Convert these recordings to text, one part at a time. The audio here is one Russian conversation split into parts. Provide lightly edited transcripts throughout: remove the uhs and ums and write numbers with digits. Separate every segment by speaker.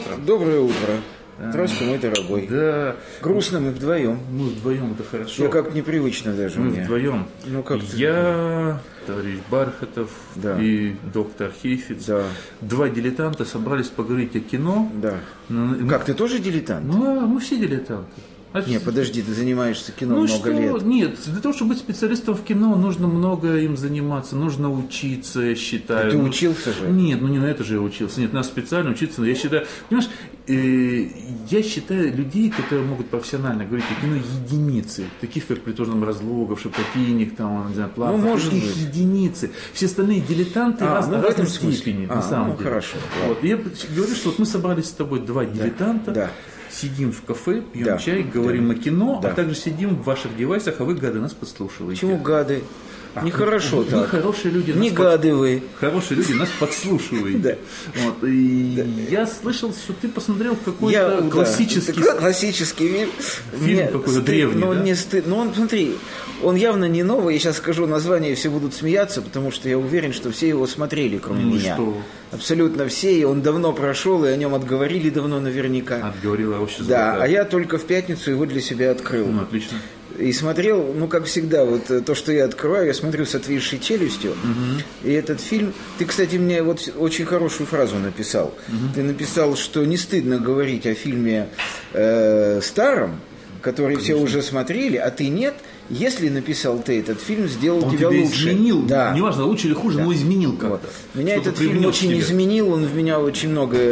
Speaker 1: утро.
Speaker 2: Доброе утро. Здравствуй, мой дорогой.
Speaker 1: Да.
Speaker 2: Грустно мы вдвоем.
Speaker 1: Мы вдвоем, это хорошо.
Speaker 2: Я как непривычно даже
Speaker 1: Мы
Speaker 2: мне.
Speaker 1: вдвоем.
Speaker 2: Ну, как
Speaker 1: Я, товарищ Бархатов
Speaker 2: Да.
Speaker 1: и доктор Хейфиц.
Speaker 2: Да.
Speaker 1: Два дилетанта собрались поговорить о кино.
Speaker 2: Да.
Speaker 1: Ну,
Speaker 2: Как, ты тоже дилетант?
Speaker 1: Ну, мы все дилетанты.
Speaker 2: Не, подожди, ты занимаешься кино много
Speaker 1: что?
Speaker 2: лет.
Speaker 1: Нет, для того, чтобы быть специалистом в кино, нужно много им заниматься, нужно учиться, я считаю.
Speaker 2: Ты учился же?
Speaker 1: Нет, не на это же я учился. Нет, надо специально учиться. Но я считаю, понимаешь, я считаю людей, которые могут профессионально говорить о кино, единицы. Таких, как Притожный Разлогов, Шепотинник, там, не знаю, Платов.
Speaker 2: может
Speaker 1: таких
Speaker 2: быть.
Speaker 1: единицы. Все остальные дилетанты
Speaker 2: в
Speaker 1: разной
Speaker 2: этом смысле.
Speaker 1: степени, на самом деле.
Speaker 2: Хорошо.
Speaker 1: Вот. Я говорю, что вот мы собрались с тобой два дилетанта.
Speaker 2: Да.
Speaker 1: Сидим в кафе, пьем
Speaker 2: Да.
Speaker 1: чай, говорим о кино,
Speaker 2: Да.
Speaker 1: а также сидим в ваших девайсах, а вы, гады, нас подслушиваете.
Speaker 2: Почему гады? Нехорошо
Speaker 1: Вы
Speaker 2: так.
Speaker 1: хорошие люди.
Speaker 2: Не гады вы.
Speaker 1: Хорошие люди нас подслушиваете.
Speaker 2: Да.
Speaker 1: Вот, и я слышал, что ты посмотрел какой-то классический
Speaker 2: классический
Speaker 1: фильм какой-то древний,
Speaker 2: но
Speaker 1: да?
Speaker 2: не стыд. Но он, смотри, он явно не новый. Я сейчас скажу название, и все будут смеяться, потому что я уверен, что все его смотрели, кроме меня.
Speaker 1: Что?
Speaker 2: Абсолютно все, и он давно прошел, и о нем отговорили давно наверняка.
Speaker 1: Отговорила вообще.
Speaker 2: Да, а я только в пятницу его для себя открыл.
Speaker 1: Ну, отлично.
Speaker 2: И смотрел, ну, как всегда, вот то, что я открываю, я смотрю с отвисшей челюстью. И этот фильм... Ты, кстати, мне вот очень хорошую фразу написал. Ты написал, что не стыдно говорить о фильме старом, который все уже смотрели, а ты нет. Если написал ты этот фильм, сделал
Speaker 1: Он
Speaker 2: тебя
Speaker 1: тебя
Speaker 2: лучше.
Speaker 1: изменил,
Speaker 2: Да.
Speaker 1: неважно, лучше или хуже,
Speaker 2: Да.
Speaker 1: но изменил как-то.
Speaker 2: Вот. Меня
Speaker 1: Что-то
Speaker 2: этот фильм
Speaker 1: привнес
Speaker 2: очень
Speaker 1: в тебя.
Speaker 2: изменил, он в меня очень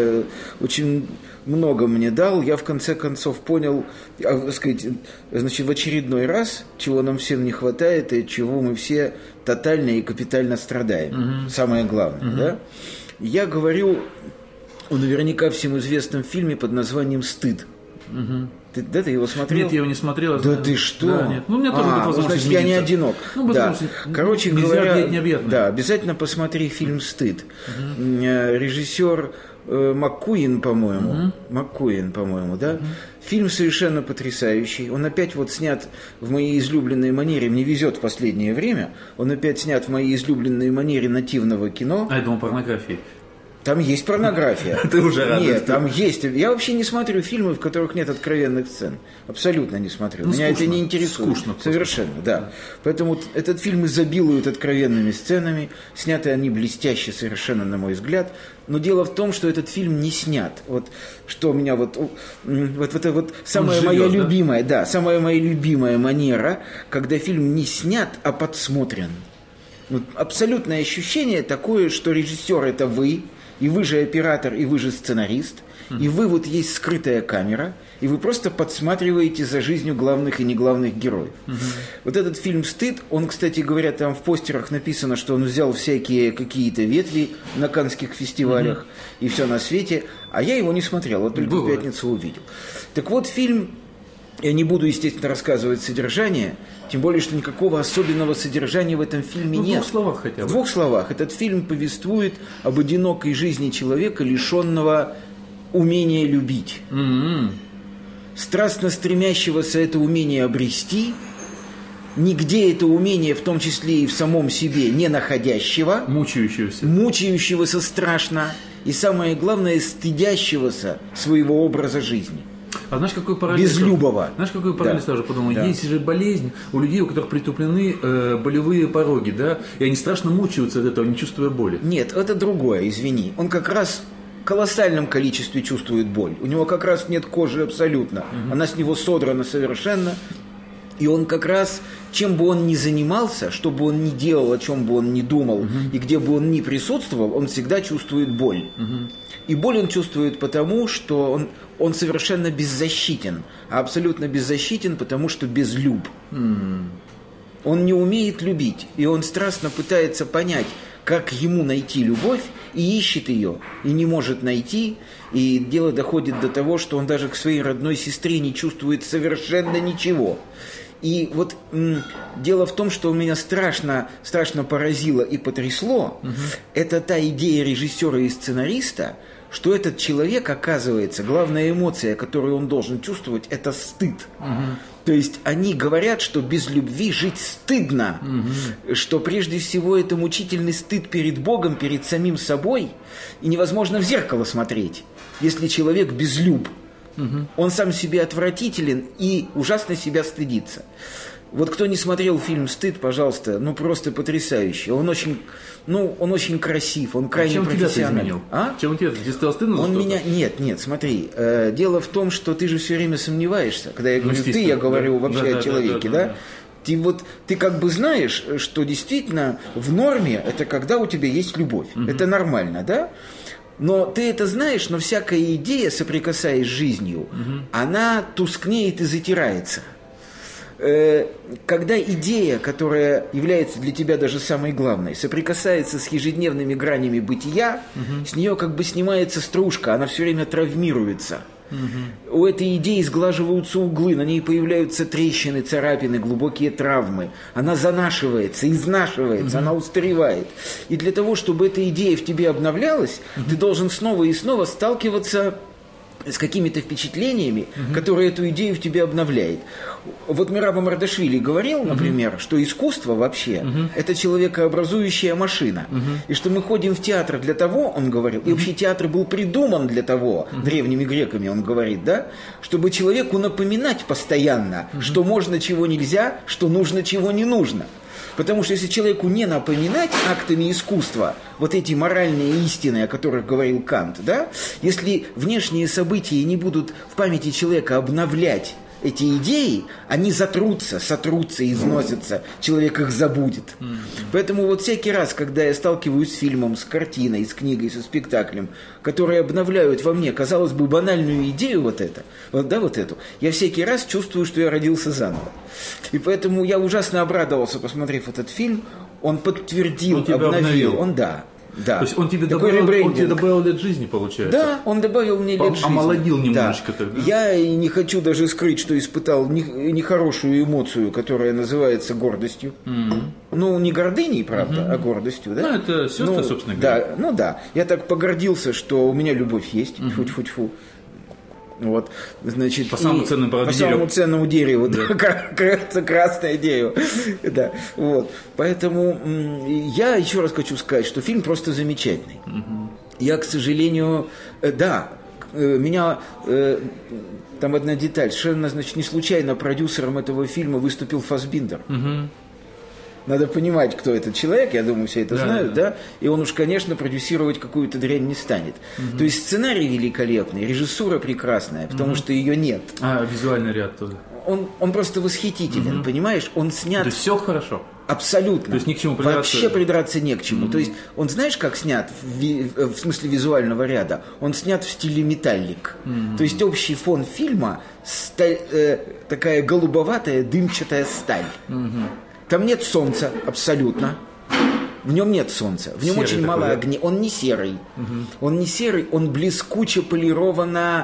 Speaker 2: много мне дал. Я в конце концов понял, так сказать, значит, в очередной раз, чего нам всем не хватает и чего мы все тотально и капитально страдаем. Самое главное, да? Я говорю о наверняка всем известном фильме под названием «Стыд». Ты его смотрел?
Speaker 1: Нет, я его не смотрел.
Speaker 2: Да ты что?
Speaker 1: Да, нет. Ну, у меня тоже будет возможность
Speaker 2: значит, я не
Speaker 1: измениться.
Speaker 2: одинок.
Speaker 1: Ну,
Speaker 2: да. Короче говоря,
Speaker 1: необъятное.
Speaker 2: да, обязательно посмотри фильм «Стыд». Режиссер Маккуин, по-моему. Маккуин, по-моему, да? Фильм совершенно потрясающий. Он опять вот снят в моей излюбленной манере. Мне везет в последнее время. Он опять снят в моей излюбленной манере нативного кино.
Speaker 1: А я думал, порнографии.
Speaker 2: Там есть порнография.
Speaker 1: Ты уже радуешься.
Speaker 2: Нет, там есть. Я вообще не смотрю фильмы, в которых нет откровенных сцен. Абсолютно не смотрю.
Speaker 1: Ну,
Speaker 2: Меня
Speaker 1: скучно.
Speaker 2: это не интересует.
Speaker 1: Скучно просто.
Speaker 2: Совершенно, да. Поэтому этот фильм изобилует откровенными сценами. Сняты они блестяще совершенно, на мой взгляд. Но дело в том, что этот фильм не снят. Вот что у меня вот это вот самая
Speaker 1: живет,
Speaker 2: моя
Speaker 1: да?
Speaker 2: любимая, да, самая моя любимая манера, когда фильм не снят, а подсмотрен. Вот абсолютное ощущение такое, что режиссер это вы. И вы же оператор, и вы же сценарист, и вы вот есть скрытая камера, и вы просто подсматриваете за жизнью главных и неглавных героев. Вот этот фильм «Стыд», он, кстати говоря, там в постерах написано, что он взял всякие какие-то ветви на каннских фестивалях и все на свете, а я его не смотрел, вот только в пятницу увидел. Так вот, фильм, я не буду, естественно, рассказывать содержание, тем более, что никакого особенного содержания в этом фильме нет.
Speaker 1: В двух словах хотя бы.
Speaker 2: В двух словах. Этот фильм повествует об одинокой жизни человека, лишенного умения любить. Страстно стремящегося это умение обрести, нигде это умение, в том числе и в самом себе, не находящего, мучающегося страшно, и самое главное, стыдящегося своего образа жизни.
Speaker 1: А знаешь, какой параллель?
Speaker 2: Безлюбого.
Speaker 1: Знаешь, какой параллель сразу подумал?
Speaker 2: Да.
Speaker 1: Есть же болезнь у людей, у которых притуплены болевые пороги, да, и они страшно мучаются от этого, не чувствуя боли.
Speaker 2: Нет, это другое, извини. Он как раз в колоссальном количестве чувствует боль. У него как раз нет кожи абсолютно. Она с него содрана совершенно. И он как раз, чем бы он ни занимался, что бы он ни делал, о чем бы он ни думал, и где бы он ни присутствовал, он всегда чувствует боль. И боль он чувствует потому, что он совершенно беззащитен. А абсолютно беззащитен, потому что безлюб. Он не умеет любить. И он страстно пытается понять, как ему найти любовь, и ищет ее, и не может найти. И дело доходит до того, что он даже к своей родной сестре не чувствует совершенно ничего. И вот дело в том, что меня страшно поразило и потрясло, это та идея режиссера и сценариста, что этот человек, оказывается, главная эмоция, которую он должен чувствовать, это стыд. То есть они говорят, что без любви жить стыдно, что прежде всего это мучительный стыд перед Богом, перед самим собой, и невозможно в зеркало смотреть. если человек безлюб. Он сам себе отвратителен и ужасно себя стыдится. Вот кто не смотрел фильм «Стыд», пожалуйста, ну просто потрясающий. Он очень красив, он крайне профессиональный.
Speaker 1: Чем тебя изменил? Чем тебе стало стыдно?
Speaker 2: Он меня... Нет, смотри. Дело в том, что ты же все время сомневаешься. Когда я говорю «ты», я говорю вообще о человеке, да? Ты как бы знаешь, что действительно в норме это когда у тебя есть любовь. Это нормально, да? Но ты это знаешь, но всякая идея, соприкасаясь с жизнью, она тускнеет и затирается. Когда идея, которая является для тебя даже самой главной, соприкасается с ежедневными гранями бытия, с нее как бы снимается стружка, она все время травмируется. У этой идеи сглаживаются углы, на ней появляются трещины, царапины, глубокие травмы. Она занашивается, изнашивается, она устаревает. И для того, чтобы эта идея в тебе обновлялась, ты должен снова и снова сталкиваться с какими-то впечатлениями, которые эту идею в тебе обновляет. Вот Мераб Мардашвили говорил, например, что искусство вообще это человекообразующая машина. И что мы ходим в театр для того, он говорил, и вообще театр был придуман для того, древними греками, он говорит, да, чтобы человеку напоминать постоянно, что можно, чего нельзя, что нужно, чего не нужно. Потому что если человеку не напоминать актами искусства вот эти моральные истины, о которых говорил Кант, да, если внешние события не будут в памяти человека обновлять эти идеи, они сотрутся, износятся, человек их забудет. Поэтому вот всякий раз, когда я сталкиваюсь с фильмом, с картиной, с книгой, со спектаклем, которые обновляют во мне, казалось бы, банальную идею вот эту, я всякий раз чувствую, что я родился заново. И поэтому я ужасно обрадовался, посмотрев этот фильм, он подтвердил, обновил. Да.
Speaker 1: То есть он тебе добавил лет жизни, получается?
Speaker 2: Да, он добавил мне лет жизни.
Speaker 1: Омолодил немножечко тогда.
Speaker 2: Я и не хочу даже скрыть, что испытал нехорошую эмоцию, которая называется гордостью. Ну, не гордыней, правда, а гордостью, да?
Speaker 1: Ну, это сестры, собственно говоря.
Speaker 2: Да. Я так погордился, что у меня любовь есть. Тьфу-тьфу-тьфу. Вот, значит,
Speaker 1: по самому
Speaker 2: ценному дереву, красное дерево. Да, вот. Поэтому я еще раз хочу сказать, что фильм просто замечательный. Я, к сожалению, меня там одна деталь, совершенно, значит, не случайно продюсером этого фильма выступил Фассбиндер. Надо понимать, кто этот человек, я думаю, все это знают, да? И он уж, конечно, продюсировать какую-то дрянь не станет. То есть сценарий великолепный, режиссура прекрасная, потому что ее нет.
Speaker 1: А визуальный ряд тоже.
Speaker 2: Он просто восхитителен, понимаешь? Он снят...
Speaker 1: То есть все хорошо?
Speaker 2: Абсолютно.
Speaker 1: То есть ни к чему придраться?
Speaker 2: Вообще придраться не к чему. То есть он, знаешь, как снят, в смысле визуального ряда? Он снят в стиле металлик. То есть общий фон фильма такая голубоватая, дымчатая сталь. Там нет солнца абсолютно. В нем нет солнца. В нем серый очень мало огней. Он не серый. Он не серый, он блескуче полировано...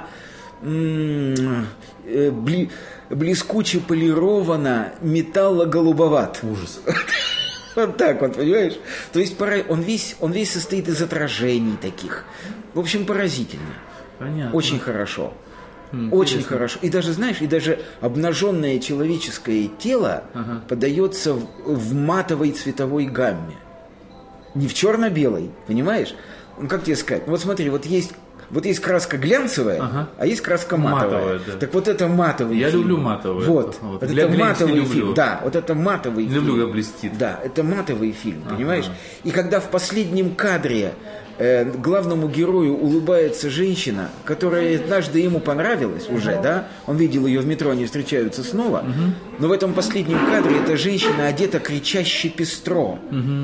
Speaker 2: блескуче полировано металло-голубоват.
Speaker 1: Ужас.
Speaker 2: Вот так вот, понимаешь? То есть он весь состоит из отражений таких. В общем, поразительно.
Speaker 1: Понятно.
Speaker 2: Очень хорошо.
Speaker 1: Интересно.
Speaker 2: Очень хорошо. И даже, знаешь, даже обнаженное человеческое тело подается в матовой цветовой гамме. Не в черно-белой, понимаешь? Ну, как тебе сказать? Ну, вот смотри, вот есть краска глянцевая, а есть краска матовая. Да. Так вот это матовый
Speaker 1: фильм. Я люблю матовый.
Speaker 2: Вот это матовый фильм. Да, вот это матовый
Speaker 1: фильм.
Speaker 2: Люблю,
Speaker 1: как блестит.
Speaker 2: Да, это матовый фильм, понимаешь? И когда в последнем кадре главному герою улыбается женщина, которая однажды ему понравилась уже, да? Он видел ее в метро, они встречаются снова. Но в этом последнем кадре эта женщина одета кричаще пестро.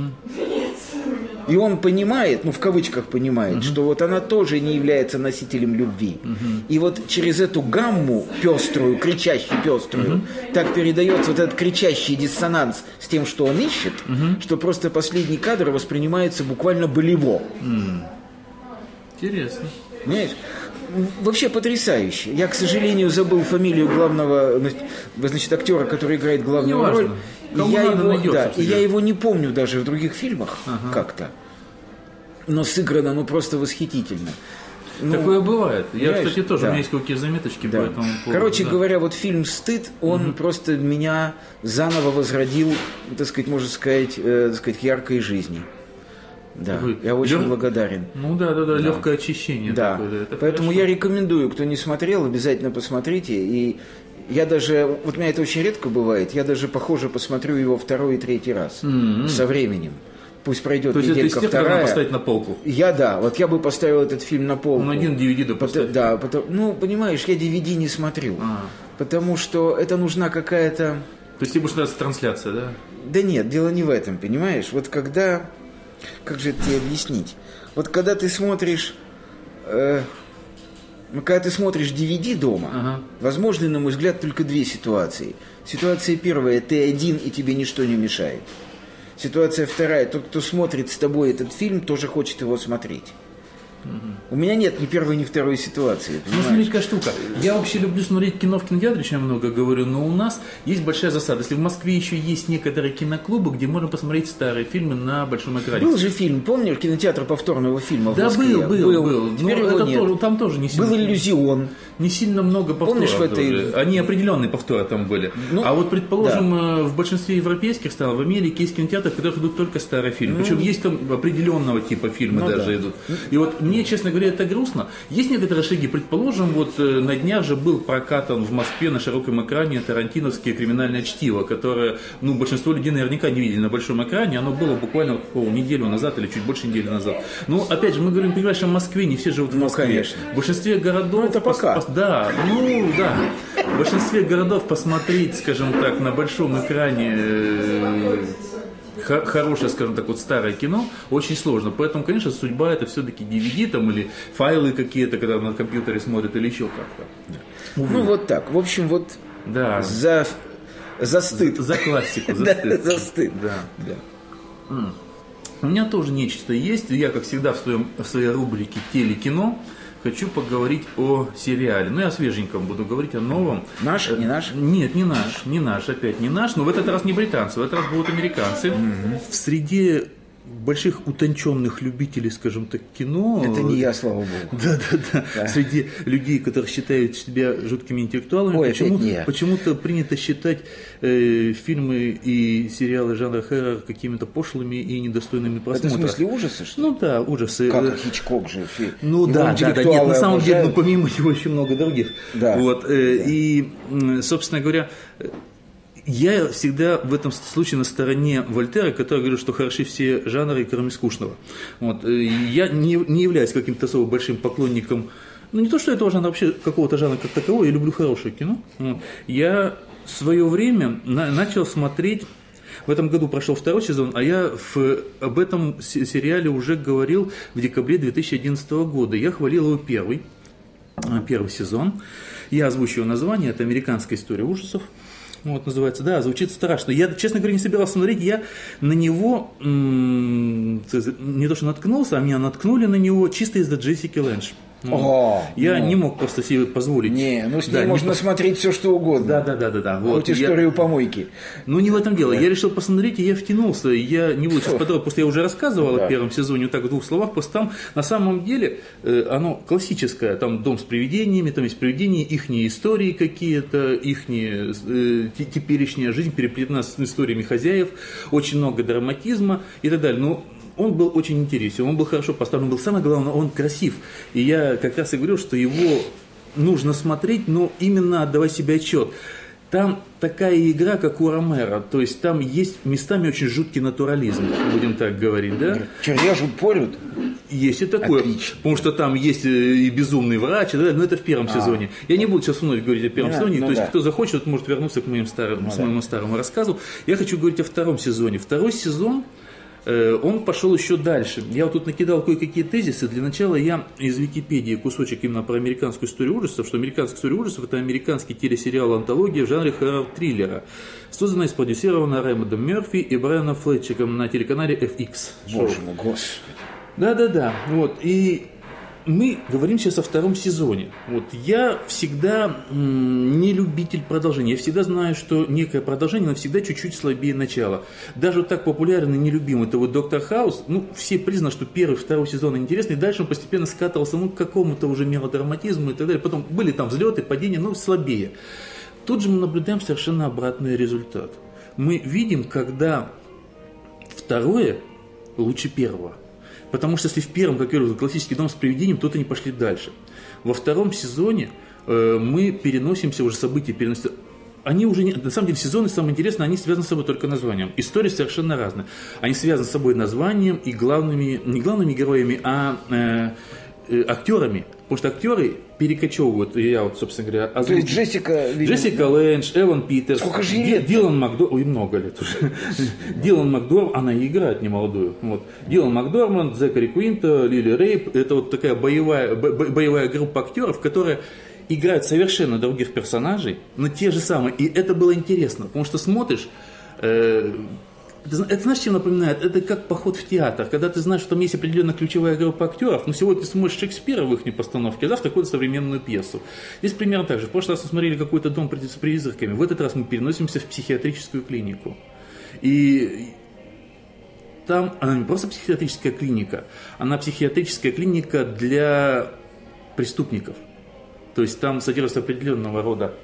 Speaker 2: И он понимает, в кавычках понимает, что вот она тоже не является носителем любви. И вот через эту гамму пеструю, кричащую пеструю, так передается вот этот кричащий диссонанс с тем, что он ищет, что просто последний кадр воспринимается буквально болево.
Speaker 1: Интересно.
Speaker 2: Понимаешь? Вообще потрясающе. Я, к сожалению, забыл фамилию главного, значит, актера, который играет главную роль. И я его не помню даже в других фильмах как-то. Но сыграно, просто восхитительно.
Speaker 1: Такое бывает. Я, кстати, тоже, у меня есть какие-то заметочки по этому поводу.
Speaker 2: Короче говоря, вот фильм «Стыд», он просто меня заново возродил, так сказать, можно сказать, к яркой жизни. Да, я очень благодарен.
Speaker 1: Ну да, легкое очищение.
Speaker 2: Да,
Speaker 1: такое,
Speaker 2: поэтому
Speaker 1: хорошо.
Speaker 2: я рекомендую, кто не смотрел, обязательно посмотрите. И я даже, вот у меня это очень редко бывает, я даже, похоже, посмотрю его второй и третий раз со временем. Пусть пройдет неделька,
Speaker 1: То есть это из тех,
Speaker 2: вторая.
Speaker 1: поставить на полку?
Speaker 2: Вот я бы поставил этот фильм на полку.
Speaker 1: Он один DVD допустим.
Speaker 2: Да, понимаешь, я DVD не смотрю. Потому что это нужна какая-то...
Speaker 1: То есть тебе будет нравиться трансляция, да?
Speaker 2: Да нет, дело не в этом, понимаешь? Вот когда... Как же это тебе объяснить? Вот когда ты смотришь... Когда ты смотришь DVD дома, возможны, на мой взгляд, только две ситуации. Ситуация первая, ты один, и тебе ничто не мешает. Ситуация вторая, тот, кто смотрит с тобой этот фильм, тоже хочет его смотреть. У меня нет ни первой, ни второй ситуации.
Speaker 1: Ну, смотрите, какая штука. Я вообще люблю смотреть кино в кинотеатре, очень много говорю, но у нас есть большая засада. Если в Москве еще есть некоторые киноклубы, где можно посмотреть старые фильмы на большом экране.
Speaker 2: Был же фильм, помнишь, кинотеатр повторного фильма в
Speaker 1: Да,
Speaker 2: Москве?
Speaker 1: был.
Speaker 2: Теперь
Speaker 1: Но
Speaker 2: его
Speaker 1: это
Speaker 2: нет.
Speaker 1: тоже, там тоже не сильно.
Speaker 2: Был «Иллюзион».
Speaker 1: Не сильно много повторов.
Speaker 2: Помнишь, в этой...
Speaker 1: Они определенные повторы там были. А вот, предположим, в большинстве европейских странах, в Америке есть кинотеатры, в которых идут только старые фильмы. Причем есть там определенного типа фильмы даже идут. И вот мне, честно говоря, это грустно. Есть некоторые шаги. Предположим, вот на днях же был прокатан в Москве на широком экране тарантиновское «Криминальное чтиво», которое, большинство людей наверняка не видели на большом экране. Оно было буквально неделю назад или чуть больше недели назад. Ну, опять же, мы говорим, понимаешь, о Москве, не все живут в Москве.
Speaker 2: Конечно.
Speaker 1: В большинстве городов...
Speaker 2: это пока.
Speaker 1: Да. В большинстве городов посмотреть, скажем так, на большом экране хорошее, скажем так, вот старое кино очень сложно. Поэтому, конечно, судьба это все-таки DVD там, или файлы какие-то, когда на компьютере смотрят, или еще как-то.
Speaker 2: Вот так. В общем, за стыд.
Speaker 1: За классику,
Speaker 2: за стыд.
Speaker 1: Да. У меня тоже нечто есть. Я, как всегда, в своей рубрике «Телекино» хочу поговорить о сериале. Я о свеженьком буду говорить, о новом.
Speaker 2: Наш? Не наш?
Speaker 1: Нет, не наш, опять не наш. Но в этот раз не британцы, в этот раз будут американцы. В среде больших утонченных любителей, скажем так, кино.
Speaker 2: Это не я, слава богу.
Speaker 1: Да. Среди людей, которые считают себя жуткими интеллектуалами, почему-то принято считать фильмы и сериалы жанра хоррор какими-то пошлыми и недостойными просмотра.
Speaker 2: Это в смысле ужасы, что ли?
Speaker 1: Да, ужасы.
Speaker 2: Как Хичкок же.
Speaker 1: Нет, на самом деле, помимо него еще много других.
Speaker 2: Да.
Speaker 1: И, собственно говоря, я всегда в этом случае на стороне Вольтера, который говорит, что хороши все жанры, кроме скучного. Я не являюсь каким-то особо большим поклонником, не то, что этого жанра, вообще какого-то жанра как такового, я люблю хорошее кино. Я в свое время начал смотреть, в этом году прошел второй сезон, а я об этом сериале уже говорил в декабре 2011 года. Я хвалил его первый сезон. Я озвучу его название, это «Американская история ужасов». Называется, да, звучит страшно. Я, честно говоря, не собирался смотреть, я на него не то что наткнулся, а меня наткнули на него чисто из-за Джессики Лэндж. Я не мог просто себе позволить.
Speaker 2: С ней можно смотреть все, что угодно.
Speaker 1: Да.
Speaker 2: Хоть историю помойки.
Speaker 1: Не в этом дело. Я решил посмотреть, и я втянулся. Я не буду сейчас подробно, просто я уже рассказывал о первом сезоне, так в двух словах. Просто там на самом деле оно классическое. Там дом с привидениями, там есть привидения, ихние истории какие-то, ихняя теперешняя жизнь переплетена с историями хозяев. Очень много драматизма и так далее. Он был очень интересен, он был хорошо поставлен, самое главное, он красив. И я как раз и говорил, что его нужно смотреть, но именно отдавать себе отчет. Там такая игра, как у Ромеро, то есть там есть местами очень жуткий натурализм, будем так говорить, да?
Speaker 2: Что, режут, порют?
Speaker 1: Есть и такое,
Speaker 2: отлично.
Speaker 1: Потому что там есть и безумный врач, но это в первом сезоне. Я не буду сейчас вновь говорить о первом сезоне, то есть кто захочет, может вернуться к моему старому рассказу. Я хочу говорить о втором сезоне. Второй сезон, он пошел еще дальше. Я тут накидал кое-какие тезисы. Для начала я из Википедии кусочек именно про американскую историю ужасов, что американская история ужасов — это американский телесериал-антология в жанре хоррор-триллера, созданная и спродюсирована Рэймондом Мерфи и Брайаном Флетчиком на телеканале FX.
Speaker 2: Боже мой, господи.
Speaker 1: Да. И мы говорим сейчас о втором сезоне. Я всегда не любитель продолжения. Я всегда знаю, что некое продолжение навсегда чуть-чуть слабее начала. Даже так популярный, нелюбимый это Доктор Хаус. Все признаны, что первый, второй сезон интересный. Дальше он постепенно скатывался к какому-то уже мелодраматизму и так далее. Потом были там взлеты, падения, слабее. Тут же мы наблюдаем совершенно обратный результат. Мы видим, когда второе лучше первого. Потому что если в первом, как я говорю, классический дом с привидением, то они пошли дальше. Во втором сезоне мы переносимся, уже события переносятся. Они уже на самом деле сезоны, самое интересное, они связаны с собой только названием. Истории совершенно разные. Они связаны с собой названием и главными, не главными героями, а актерами. Потому что актеры перекочевывают, я вот, собственно говоря, озвучу.
Speaker 2: То есть Джессика
Speaker 1: Лэндж, Эван Питерс.
Speaker 2: Сколько же лет?
Speaker 1: Дилан Макдорманд, ой, много лет уже. Дилан Макдорманд, она и играет немолодую. Вот. Дилан Макдорманд, Зекари Квинто, Лили Рейп. Это вот такая боевая группа актеров, которая играют совершенно других персонажей, но те же самые. И это было интересно, потому что смотришь, это знаешь, чем напоминает? Это как поход в театр, когда ты знаешь, что там есть определенная ключевая группа актеров, но сегодня ты смотришь Шекспира в их постановке, а завтра какую-то современную пьесу. Здесь примерно так же. В прошлый раз мы смотрели какой-то дом с призраками, в этот раз мы переносимся в психиатрическую клинику. И там она не просто психиатрическая клиника, она психиатрическая клиника для преступников. То есть там содержится определенного рода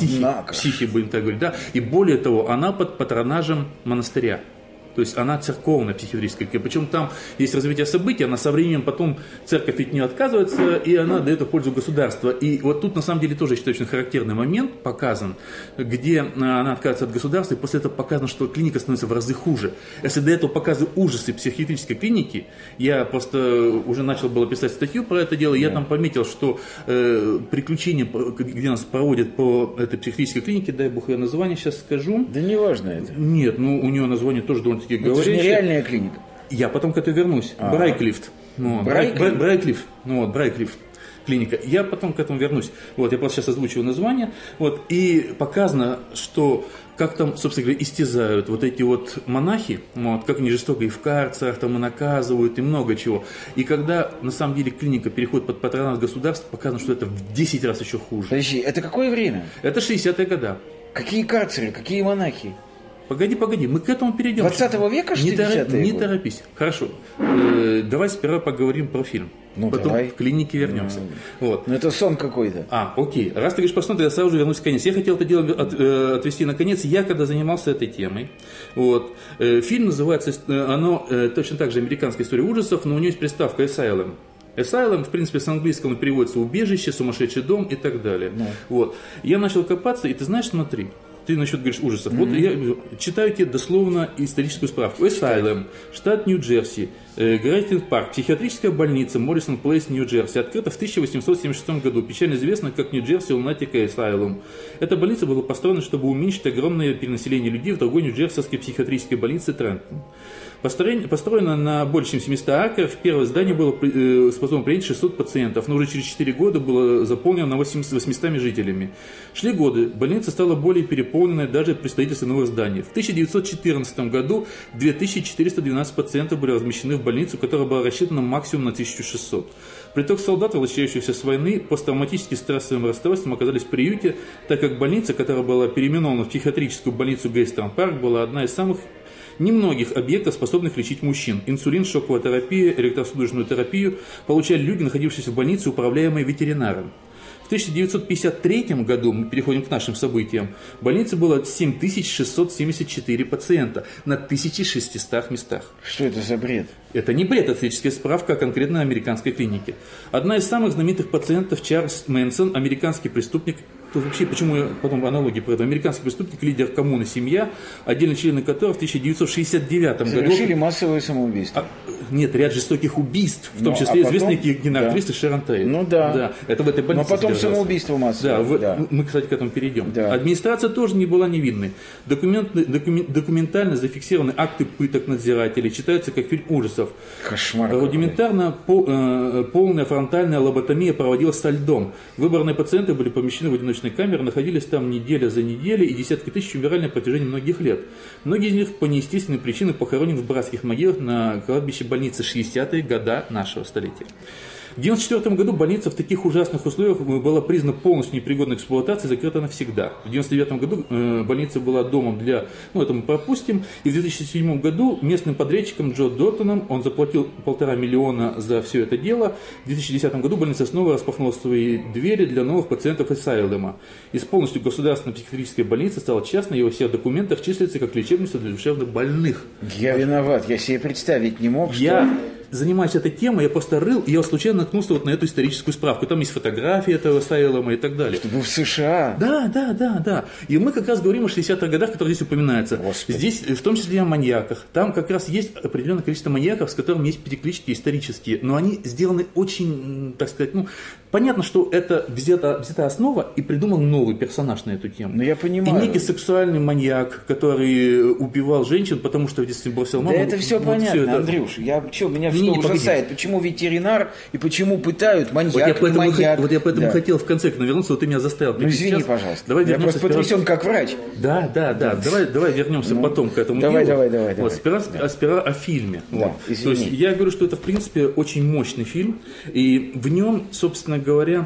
Speaker 1: психи, будем так говорить, да. И более того, она под патронажем монастыря. То есть она церковная психиатрическая клиника. Причем там есть развитие событий, она со временем потом, церковь от нее отказывается, и она дает в пользу государства. И вот тут на самом деле тоже, я считаю, очень характерный момент показан, где она отказывается от государства, и после этого показано, что клиника становится в разы хуже. Если до этого показывают ужасы психиатрической клиники, я просто уже начал было писать статью про это дело, я там пометил, что приключения, где нас проводят по этой психиатрической клинике, дай бог я название сейчас скажу.
Speaker 2: Да не важно это.
Speaker 1: Нет, ну у нее название тоже довольно
Speaker 2: это же нереальная клиника.
Speaker 1: Я потом к этому вернусь. Брайклифт. Брайклифт. Брайклифт. Клиника. Я потом к этому вернусь. Вот, я просто сейчас озвучиваю название. Вот, и показано, что как там, собственно говоря, истязают вот эти вот монахи, вот, как они жестоко и в карцерах там и наказывают, и много чего. И когда, на самом деле, клиника переходит под патронат государства, показано, что это в 10 раз еще хуже.
Speaker 2: Подожди, это какое время?
Speaker 1: Это 60-е годы.
Speaker 2: Какие карцеры, какие монахи?
Speaker 1: Погоди, мы к этому перейдем.
Speaker 2: 20 века, что ли?
Speaker 1: Не торопись. Хорошо. Давай сперва поговорим про фильм. Потом
Speaker 2: давай.
Speaker 1: В клинике вернемся. Вот.
Speaker 2: Ну это сон какой-то.
Speaker 1: Окей. Раз ты говоришь про сон, то я сразу же вернусь в конец. Я хотел это дело отвести на конец. Я когда занимался этой темой, вот, фильм называется, оно точно так же американская история ужасов, но у него есть приставка Asylum. Asylum, в принципе, с английского переводится убежище, сумасшедший дом и так далее. Вот. Я начал копаться, и ты знаешь, смотри. Ты насчет говоришь ужасов. Вот я читаю тебе дословно историческую справку. Asylum, штат Нью-Джерси, Грейфилд Парк, психиатрическая больница Моррисон Плейс, Нью-Джерси, открыта в 1876 году, печально известна как Нью-Джерси Lunatic Asylum. Эта больница была построена, чтобы уменьшить огромное перенаселение людей в другой нью-джерсийской психиатрической больнице Трентон. Построено на больше чем 700 акров, первое здание было способно принять 600 пациентов, но уже через 4 года было заполнено 800 жителями. Шли годы, больница стала более переполненной даже при строительстве новых зданий. В 1914 году 2412 пациентов были размещены в больницу, которая была рассчитана максимум на 1600. Приток солдат, возвращающихся с войны, посттравматическим стрессовым расстройством оказались в приюте, так как больница, которая была переименована в психиатрическую больницу Гейстрон Парк, была одна из самых немногих объектов, способных лечить мужчин. Инсулин, шоковая терапия, электросудорожную терапию получали люди, находившиеся в больнице, управляемые ветеринаром. В 1953 году, мы переходим к нашим событиям, в больнице было 7674 пациента на 1600 местах.
Speaker 2: Что это за бред?
Speaker 1: Это не бред, это физическая справка о конкретной американской клинике. Одна из самых знаменитых пациентов Чарльз Мэнсон, американский преступник, то вообще, почему я потом аналогии про это, американский преступник, лидер коммуны «Семья», отдельные члены которого в 1969 году...
Speaker 2: Совершили массовое самоубийство.
Speaker 1: Нет, ряд жестоких убийств, в том числе известной киноактрисы Шерон Тейт.
Speaker 2: Ну да.
Speaker 1: Это в этой больнице.
Speaker 2: Но потом самоубийство массовое.
Speaker 1: Мы, кстати, к этому перейдем.
Speaker 2: Да.
Speaker 1: Администрация тоже не была невинной. Документально зафиксированы акты пыток надзирателей, читаются как фильм ужасов.
Speaker 2: Кошмар.
Speaker 1: Рудиментарно полная фронтальная лоботомия проводилась со льдом. Выборные пациенты были помещены в одиночные камеры, находились там неделя за неделей, и десятки тысяч умирали на протяжении многих лет. Многие из них по неестественным причинам похоронены в братских могилах на кладбище больницы 60-е годы нашего столетия. В 1994 году больница в таких ужасных условиях была признана полностью непригодной к эксплуатации и закрыта навсегда. В 1999 году больница была домом для... это мы пропустим. И в 2007 году местным подрядчиком Джо Доттоном, он заплатил $1,5 миллиона за все это дело. В 2010 году больница снова распахнула свои двери для новых пациентов Asylum. Из полностью государственной психиатрической больницы стала частной, и во всех документах числится как лечебница для душевно больных.
Speaker 2: Я виноват, я себе представить не мог, что...
Speaker 1: занимаясь этой темой, я просто рыл, и я случайно наткнулся вот на эту историческую справку. Там есть фотографии этого Сайлома и так далее.
Speaker 2: Что был в США.
Speaker 1: Да. И мы как раз говорим о 60-х годах, которые здесь упоминаются.
Speaker 2: Господи.
Speaker 1: Здесь в том числе и о маньяках. Там как раз есть определенное количество маньяков, с которыми есть переклички исторические, но они сделаны очень, так сказать, понятно, что это взята основа и придумал новый персонаж на эту тему.
Speaker 2: Ну, я понимаю.
Speaker 1: И некий сексуальный маньяк, который убивал женщин, потому что в детстве бросил маму.
Speaker 2: Да это все понятно, все это... Андрюш. Меня что ужасает? Почему ветеринар и почему пытают маньяк?
Speaker 1: Вот я поэтому хотел в конце навернуться, вот ты меня заставил.
Speaker 2: Извини, пожалуйста. Давай я просто потрясен как врач.
Speaker 1: Да. Давай вернемся потом к этому делу.
Speaker 2: Давай.
Speaker 1: Вот, сперва о фильме.
Speaker 2: Да,
Speaker 1: вот. То есть я говорю, что это в принципе очень мощный фильм, и в нем, собственно говоря,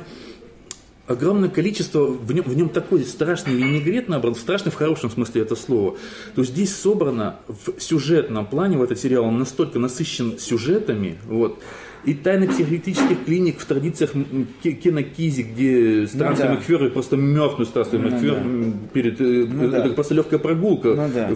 Speaker 1: огромное количество, в нем такой страшный винегрет набран, страшный в хорошем смысле этого слова. То есть здесь собрано в сюжетном плане, в этот сериал, он настолько насыщен сюжетами, вот, и тайны психиатрических клиник в традициях Кена Кизи, где странствие Макферри просто мертвый странствие Макферри перед это просто легкая прогулка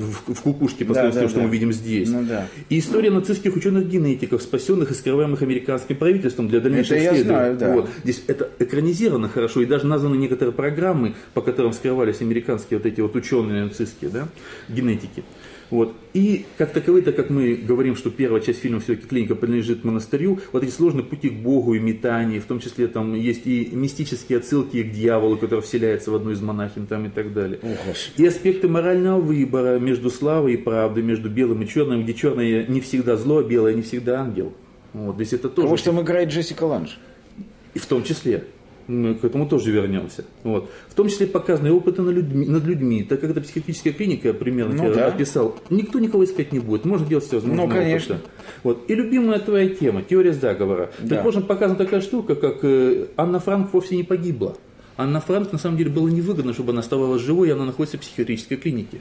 Speaker 1: в кукушке по сравнению с тем, что мы видим здесь. И история нацистских ученых-генетиков, спасенных и скрываемых американским правительством для дальнейших исследований. Вот. Здесь это экранизировано хорошо, и даже названы некоторые программы, по которым скрывались американские вот эти вот ученые нацистские, генетики. Вот. И как таковые, так как мы говорим, что первая часть фильма все-таки клиника принадлежит монастырю, вот эти сложные пути к Богу и метания, в том числе там есть и мистические отсылки к дьяволу, который вселяется в одну из монахинь там, и так далее. И аспекты морального выбора между славой и правдой, между белым и черным, где черное не всегда зло, а белое не всегда ангел. Вот. Здесь это тоже...
Speaker 2: Потому что там играет Джессика Ланж.
Speaker 1: И в том числе. Мы к этому тоже вернемся. Вот. В том числе показаны опыты над людьми. Так как это психиатрическая клиника, примерно я описал, никто никого искать не будет. Можно делать все возможное.
Speaker 2: Конечно.
Speaker 1: Вот. И любимая твоя тема, теория заговора. Предположим, показана такая штука, как Анна Франк вовсе не погибла. Анна Франк, на самом деле, было невыгодно, чтобы она оставалась живой, и она находится в психиатрической клинике.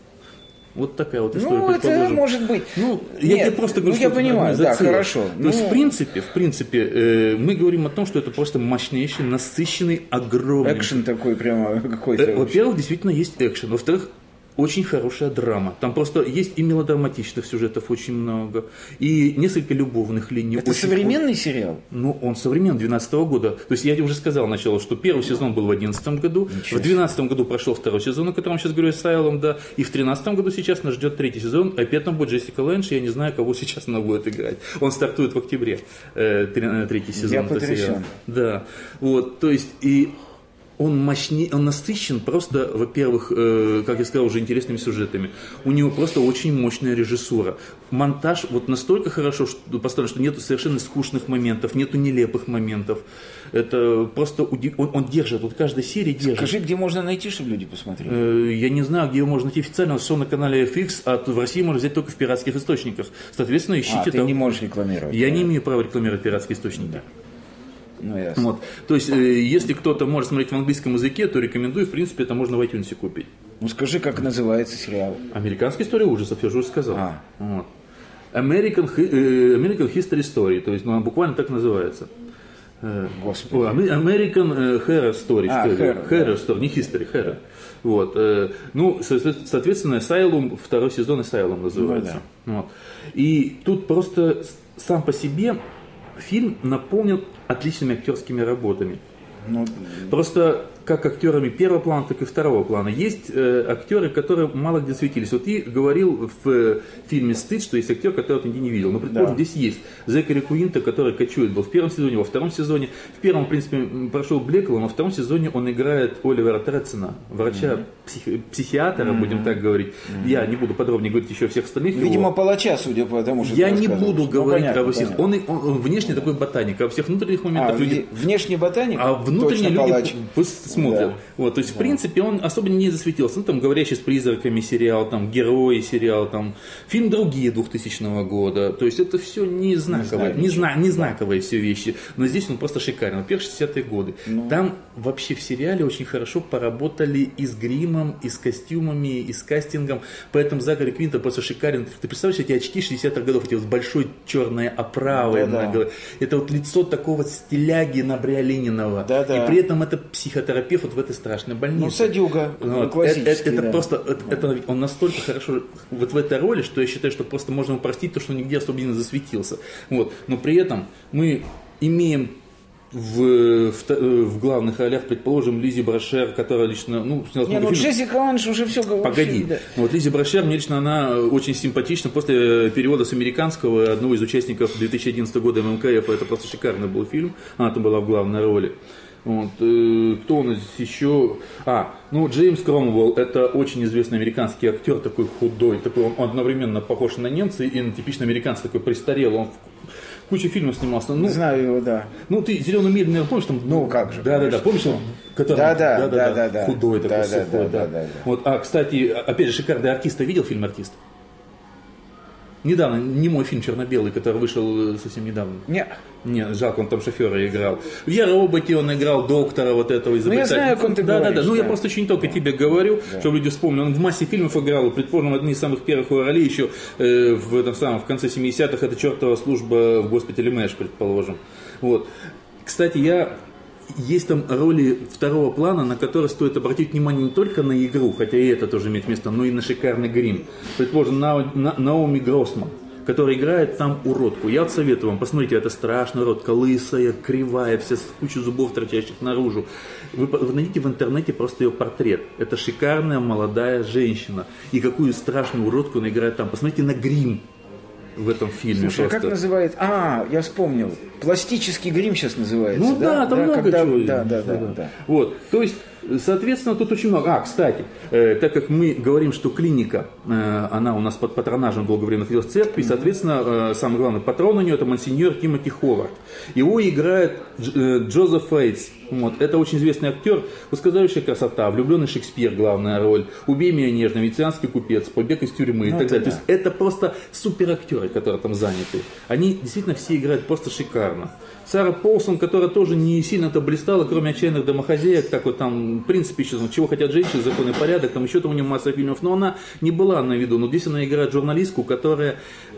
Speaker 1: Вот такая вот история.
Speaker 2: Это может быть.
Speaker 1: Я тебе просто говорю, что
Speaker 2: я понимаю, хорошо.
Speaker 1: То есть, в принципе, мы говорим о том, что это просто мощнейший, насыщенный, огромный...
Speaker 2: Экшен такой прямо какой-то.
Speaker 1: Во-первых, действительно есть экшен. Во-вторых, очень хорошая драма. Там просто есть и мелодраматичных сюжетов очень много, и несколько любовных линий.
Speaker 2: Это современный сериал?
Speaker 1: Он современный, 2012 года. То есть я уже сказал сначала, что первый сезон был в 2011 году, в 2012 году прошел второй сезон, о котором сейчас говорю, с Сайлом, и в 2013 году сейчас нас ждет третий сезон. Опять там будет Джессика Лэнш, я не знаю, кого сейчас она будет играть. Он стартует в октябре, третий сезон.
Speaker 2: Я потрясен.
Speaker 1: Да, вот, то есть и... Он мощнее, он насыщен просто, во-первых, как я сказал, уже интересными сюжетами. У него просто очень мощная режиссура. Монтаж вот настолько хорошо поставлен, что нету совершенно скучных моментов, нету нелепых моментов. Это просто он держит, вот каждая серия держит.
Speaker 2: Скажи, где можно найти, чтобы люди посмотрели?
Speaker 1: Я не знаю, где его можно найти официально, все на канале FX, а в России можно взять только в пиратских источниках. Соответственно, ищите
Speaker 2: ты не можешь рекламировать?
Speaker 1: Я не имею права рекламировать пиратские источники.
Speaker 2: Ясно.
Speaker 1: Вот. То есть, если кто-то может смотреть в английском языке, то рекомендую, в принципе, это можно в iTunes купить.
Speaker 2: Скажи, как называется сериал?
Speaker 1: «Американская история ужасов», я же уже сказал. Вот. American History Story, то есть, буквально так называется.
Speaker 2: Господи.
Speaker 1: American Horror Story. Horror Story, не History, Horror. Вот. Соответственно, Asylum, второй сезон Asylum называется. Вот. И тут просто сам по себе фильм наполнен отличными актерскими работами. Просто как актерами первого плана, так и второго плана. Есть актеры, которые мало где светились. Вот ты говорил в фильме «Стыд», что есть актер, которого ты нигде не видел. Но, предположим, здесь есть Зекари Куинта, который кочует был в первом сезоне, во втором сезоне. В первом, в принципе, прошел Блэквелл, а во втором сезоне он играет Оливера Трецена, врача-психиатра, будем так говорить. Я не буду подробнее говорить еще о всех остальных.
Speaker 2: Видимо, палача, судя по тому, что
Speaker 1: я не буду говорить обо всех. Он внешне такой ботаник, а во всех внутренних моментах люди...
Speaker 2: Внешний ботаник?
Speaker 1: А внутренние люди пусть смотрят.
Speaker 2: Да.
Speaker 1: Вот, то есть, в принципе, он особо не засветился. Там «Говорящий с призраками» сериал, там «Герои» сериал, там фильм «Другие» 2000 года. То есть, это все не знаковые, не знаковые все вещи. Но здесь он просто шикарен. Во-первых, 60-е годы. Там вообще в сериале очень хорошо поработали и с гримом, и с костюмами, и с кастингом. Поэтому Зекари Куинта просто шикарен. Ты представляешь, эти очки 60-х годов, эти вот большой черной оправой. Это вот лицо такого стиляги Набриолининова. И при этом это психотерапевт. терапевт вот в этой страшной больнице.
Speaker 2: Ну, садюга,
Speaker 1: вот.
Speaker 2: классический.
Speaker 1: Это просто, он настолько хорошо вот в этой роли, что я считаю, что просто можно ему простить то, что он нигде особо не засветился. Вот. Но при этом мы имеем в главных ролях, предположим, Лизи Брошер, которая лично, сняла
Speaker 2: фильм. Джессика Ланж уже все говорит.
Speaker 1: Погоди. Да. Вот Лизи Брошер, мне лично она очень симпатична. После перевода с американского одного из участников 2011 года ММКФ, это просто шикарный был фильм. Она там была в главной роли. Вот. Кто у нас еще? Джеймс Кромвелл, это очень известный американский актер, такой худой, такой, он одновременно похож на немца и на типичный американца, такой престарелый. Он куча фильмов снимался.
Speaker 2: Знаю его, да.
Speaker 1: Ты «Зеленый миль», наверное, помнишь? Там,
Speaker 2: как же.
Speaker 1: Да, помнишь, который
Speaker 2: Да.
Speaker 1: худой такой, сухой. Да. Вот, кстати, опять же, шикарный артист. Ты видел фильм «Артист»? Недавно, не мой фильм черно-белый, который вышел совсем недавно. Нет, жалко, он там шофера играл. В «Я роботе» он играл доктора вот этого изобретателя.
Speaker 2: Я знаю, о ком ты говоришь.
Speaker 1: Я просто очень только тебе говорю, чтобы люди вспомнили. Он в массе фильмов играл, предположим, одни из самых первых его ролей еще в конце 70-х, это «Чертова служба» в госпитале Мэш, предположим. Вот. Кстати, есть там роли второго плана, на которые стоит обратить внимание не только на игру, хотя и это тоже имеет место, но и на шикарный грим. Предположим, Наоми Гроссман, которая играет там уродку. Я советую вам, посмотрите, это страшная уродка, лысая, кривая, вся с кучей зубов, торчащих наружу. Вы найдите в интернете просто ее портрет. Это шикарная молодая женщина. И какую страшную уродку она играет там. Посмотрите на грим в этом фильме.
Speaker 2: Слушай, как называется? Я вспомнил. Пластический грим сейчас называется.
Speaker 1: Там много чего.
Speaker 2: Да.
Speaker 1: Вот, то есть, соответственно, тут очень много. Кстати, так как мы говорим, что клиника, она у нас под патронажем долгое время находилась в церкви, соответственно, самый главный патрон у нее это монсеньор Тимоти Ховард. Его играет Джозеф Фейтс. Вот. Это очень известный актер, «Ускользающая красота», «Влюбленный Шекспир», главная роль, «Убей меня нежно», «Венецианский купец», «Побег из тюрьмы» и так далее. То есть это просто суперактеры, которые там заняты. Они действительно все играют просто шикарно. Сара Полсон, которая тоже не сильно-то блистала, кроме «Отчаянных домохозяек», так вот там, в принципе, еще «Чего хотят женщины», «Закон и порядок», там еще там у нее масса фильмов, но она не была на виду. Но здесь она играет журналистку, которая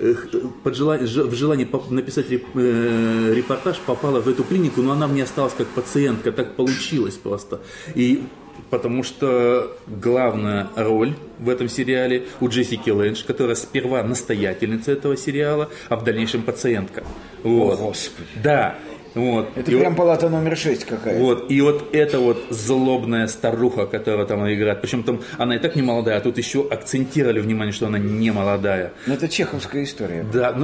Speaker 1: в желании написать репортаж попала в эту клинику, но она мне осталась как пациентка, так получилось просто. И потому что главная роль в этом сериале у Джессики Лэнж, которая сперва настоятельница этого сериала, а в дальнейшем пациентка. Вот.
Speaker 2: О, Господи.
Speaker 1: Да. Вот.
Speaker 2: Это и прям палата номер 6 какая-то.
Speaker 1: Вот. И вот эта вот злобная старуха, которая там играет, причем там она и так не молодая, а тут еще акцентировали внимание, что она не молодая.
Speaker 2: Но это чеховская история.
Speaker 1: Да,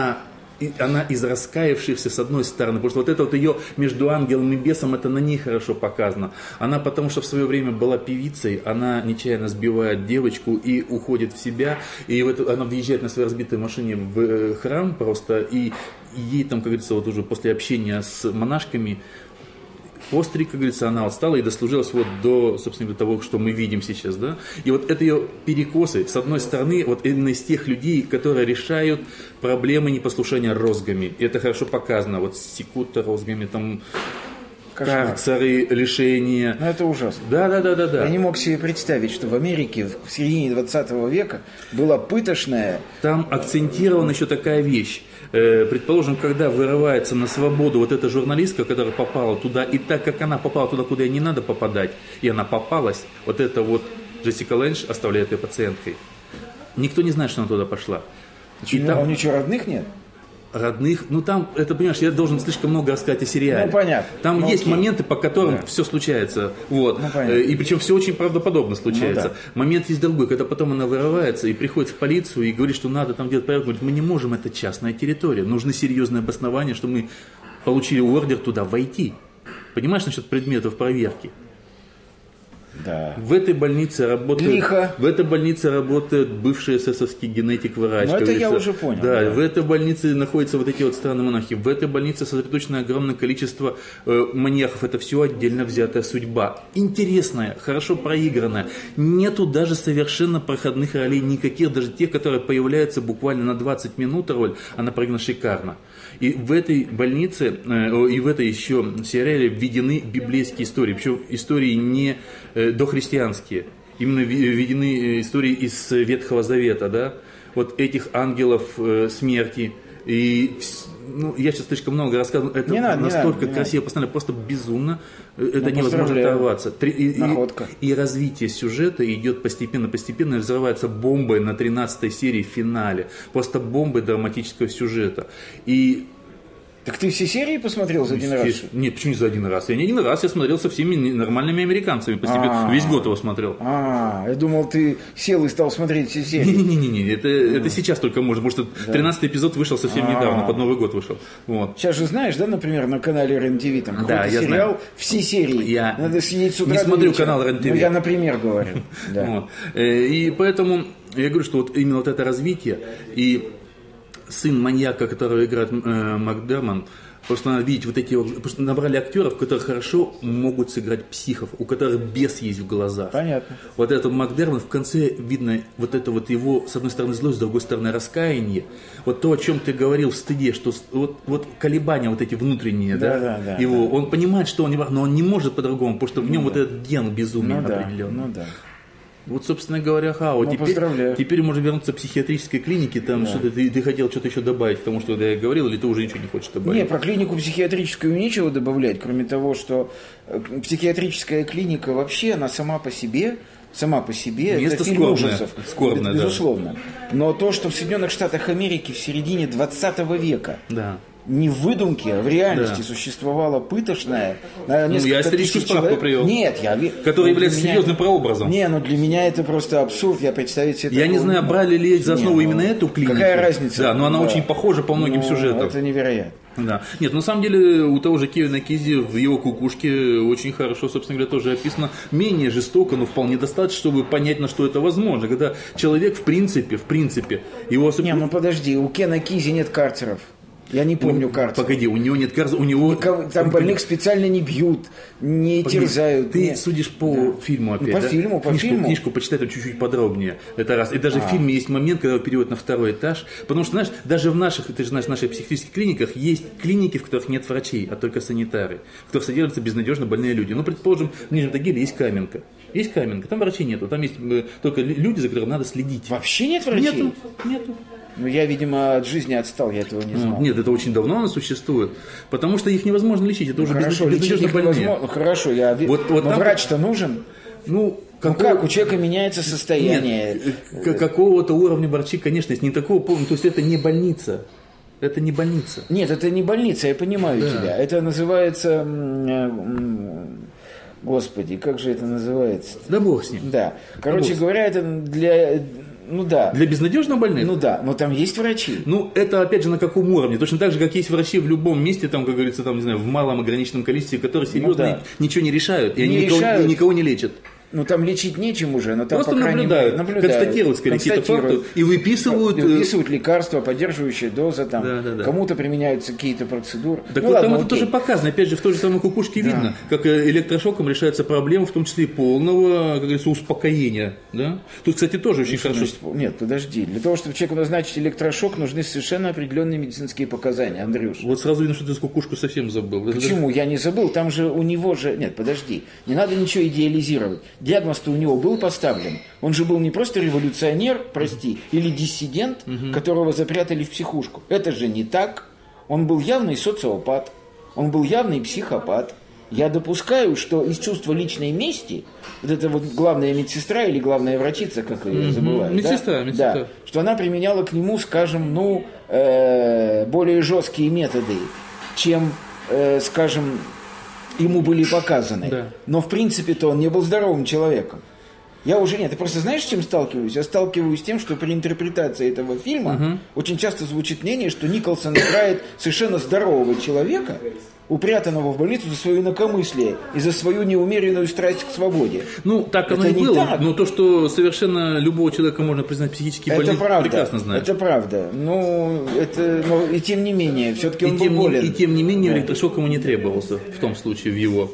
Speaker 1: она из раскаявшихся с одной стороны, потому что вот это вот ее между ангелом и бесом, это на ней хорошо показано. Она потому что в свое время была певицей, она нечаянно сбивает девочку и уходит в себя, и она въезжает на своей разбитой машине в храм просто, и ей там, как говорится, вот уже после общения с монашками, после, как говорится, она устала и дослужилась вот до, собственно, до того, что мы видим сейчас, да. И вот это ее перекосы, с одной стороны, вот именно из тех людей, которые решают проблемы непослушания розгами. И это хорошо показано. Вот секут розгами, там, карцеры, лишения.
Speaker 2: Ну, это ужасно.
Speaker 1: Да.
Speaker 2: Я не мог себе представить, что в Америке в середине 20 века была пытошная...
Speaker 1: Там акцентирована еще такая вещь. Предположим, когда вырывается на свободу вот эта журналистка, которая попала туда, и так как она попала туда, куда ей не надо попадать, и она попалась, вот эта вот Джессика Лэнж оставляет ее пациенткой. Никто не знает, что она туда пошла.
Speaker 2: А у ничего родных нет?
Speaker 1: Родных, там, это, понимаешь, я должен слишком много рассказать о сериале.
Speaker 2: Понятно.
Speaker 1: Там есть моменты, по которым все случается. Вот. И причем все очень правдоподобно случается. Момент есть другой, когда потом она вырывается и приходит в полицию и говорит, что надо там делать порядок. Говорит, мы не можем, это частная территория. Нужны серьезные обоснования, что мы получили ордер туда войти. Понимаешь, насчет предметов проверки?
Speaker 2: Да.
Speaker 1: В этой больнице работает бывший эсэсовский генетик-врач.
Speaker 2: Ну, это я уже понял.
Speaker 1: Да, в этой больнице находятся вот эти вот странные монахи. В этой больнице сосредоточено огромное количество маньяков. Это все отдельно взятая судьба. Интересная, хорошо проигранная. Нету даже совершенно проходных ролей никаких, даже тех, которые появляются буквально на 20 минут роль. Она проиграна шикарно. И в этой больнице, и в этой еще сериале введены библейские истории. Причем истории не дохристианские. Именно введены истории из Ветхого Завета, да? Вот этих ангелов смерти. И я сейчас слишком много рассказываю, это настолько красиво поставлено, просто безумно, это невозможно оторваться. И развитие сюжета идет постепенно, и взрывается бомбой на 13-й серии в финале, просто бомбой драматического сюжета. И
Speaker 2: так ты все серии посмотрел за один раз?
Speaker 1: Нет, почему не за один раз? Я не один раз, я смотрел со всеми нормальными американцами. Весь год его смотрел.
Speaker 2: Я думал, ты сел и стал смотреть все серии.
Speaker 1: Не-не-не, это сейчас только можно, потому что 13-й эпизод вышел совсем недавно, под Новый год вышел. Вот.
Speaker 2: Сейчас же знаешь, да, например, на канале РЕН-ТВ там какой-то сериал,
Speaker 1: знаю.
Speaker 2: Все серии. Надо сидеть с утра
Speaker 1: не смотрю канал РЕН-ТВ.
Speaker 2: Я, например, говорю.
Speaker 1: И поэтому я говорю, что вот именно вот это развитие и сын маньяка, которого играет Макдерман, просто надо видеть вот эти, потому что набрали актеров, которые хорошо могут сыграть психов, у которых бес есть в глазах.
Speaker 2: Понятно.
Speaker 1: Вот этот Макдерман, в конце видно вот это вот его, с одной стороны, злость, с другой стороны, раскаяние. Вот то, о чем ты говорил в «Стыде», что вот колебания вот эти внутренние, да, его, он понимает, что он не прав, но он не может по-другому, потому что в нем вот этот ген безумия определенный. Вот, собственно говоря, теперь можно вернуться к психиатрической клинике, там что-то ты хотел что-то еще добавить к тому, что я говорил, или ты уже ничего не хочешь добавить?
Speaker 2: Не, про клинику психиатрическую нечего добавлять, кроме того, что психиатрическая клиника вообще, она сама по себе
Speaker 1: место
Speaker 2: это фильм ужасов,
Speaker 1: скорбное,
Speaker 2: безусловно. Но то, что в Соединенных Штатах Америки в середине 20 века не в выдумке, а в реальности существовала пытошная.
Speaker 1: Я историческую справку привел.
Speaker 2: Нет,
Speaker 1: который является серьезным прообразом.
Speaker 2: Для меня это просто абсурд, я представить себе.
Speaker 1: Я не знаю, брали ли за основу именно эту клинику.
Speaker 2: Какая разница?
Speaker 1: Да, но она очень похожа по многим сюжетам.
Speaker 2: Это невероятно.
Speaker 1: Да. Нет, на самом деле у того же Кевина Кизи в его «Кукушке» очень хорошо, собственно говоря, тоже описано, менее жестоко, но вполне достаточно, чтобы понять, на что это возможно. Когда человек в принципе, его особенно...
Speaker 2: подожди, у Кена Кизи нет карцеров. Я не помню карцер.
Speaker 1: Погоди, у него нет карцера, у него...
Speaker 2: Там больных специально не бьют, не терзают.
Speaker 1: Ты судишь по фильму опять,
Speaker 2: по фильму.
Speaker 1: Книжку почитай там чуть-чуть подробнее. Это раз. И даже в фильме есть момент, когда его переводят на второй этаж. Потому что, знаешь, даже в наших психиатрических клиниках есть клиники, в которых нет врачей, а только санитары, в которых содержатся безнадежно больные люди. Предположим, в Нижнем Тагиле есть Каменка. Там врачей нету, там есть только люди, за которыми надо следить.
Speaker 2: Вообще нет врачей?
Speaker 1: Нету.
Speaker 2: Я, видимо, от жизни отстал, я этого не знал.
Speaker 1: Нет, это очень давно оно существует, потому что их невозможно лечить, это уже безнадежно больные.
Speaker 2: Хорошо, врач-то нужен? Как у человека меняется состояние?
Speaker 1: Нет, какого-то уровня врачи, конечно, есть не такого, то есть это не больница. Это не больница.
Speaker 2: Нет, это не больница, я понимаю тебя. Это называется... Господи, как же это называется?
Speaker 1: Да бог с ним.
Speaker 2: Да. Короче говоря, это для...
Speaker 1: Для безнадежно больных?
Speaker 2: Но там есть врачи.
Speaker 1: Это опять же на каком уровне? Точно так же, как есть врачи в любом месте, там, как говорится, там, не знаю, в малом ограниченном количестве, которые серьезно ничего не решают, и они никого не лечат.
Speaker 2: Там лечить нечем уже, но там,
Speaker 1: просто наблюдают, констатируют какие-то факты и выписывают
Speaker 2: лекарства, поддерживающие дозы, кому-то применяются какие-то процедуры.
Speaker 1: Так там это тоже показано, опять же, в той же самой «Кукушке» видно, как электрошоком решается проблема, в том числе и полного, как говорится, успокоения. Да? Тут, кстати, тоже очень хорошо.
Speaker 2: Нет, подожди, для того, чтобы человеку назначить электрошок, нужны совершенно определенные медицинские показания, Андрюш.
Speaker 1: Вот сразу видно, что ты «Кукушку» совсем забыл.
Speaker 2: Почему? Я не забыл, там же у него же... Нет, подожди, не надо ничего идеализировать. Диагноз-то у него был поставлен. Он же был не просто революционер, или диссидент, которого запрятали в психушку. Это же не так. Он был явный социопат. Он был явный психопат. Я допускаю, что из чувства личной мести, вот эта вот главная медсестра или главная врачица, как ее забывают,
Speaker 1: медсестра.
Speaker 2: Да, что она применяла к нему, скажем, более жесткие методы, чем, скажем, ему были показаны.
Speaker 1: Да.
Speaker 2: Но в принципе-то он не был здоровым человеком. Ты просто знаешь, с чем сталкиваюсь? Я сталкиваюсь с тем, что при интерпретации этого фильма очень часто звучит мнение, что Николсон играет совершенно здорового человека, упрятанного в больницу за свое инакомыслие и за свою неумеренную страсть к свободе.
Speaker 1: Так оно и было. Но то, что совершенно любого человека можно признать психически больным, прекрасно знаешь.
Speaker 2: Это правда. И тем не менее, все-таки он был болен.
Speaker 1: И тем не менее, электрошок ему не требовался в том случае, в его...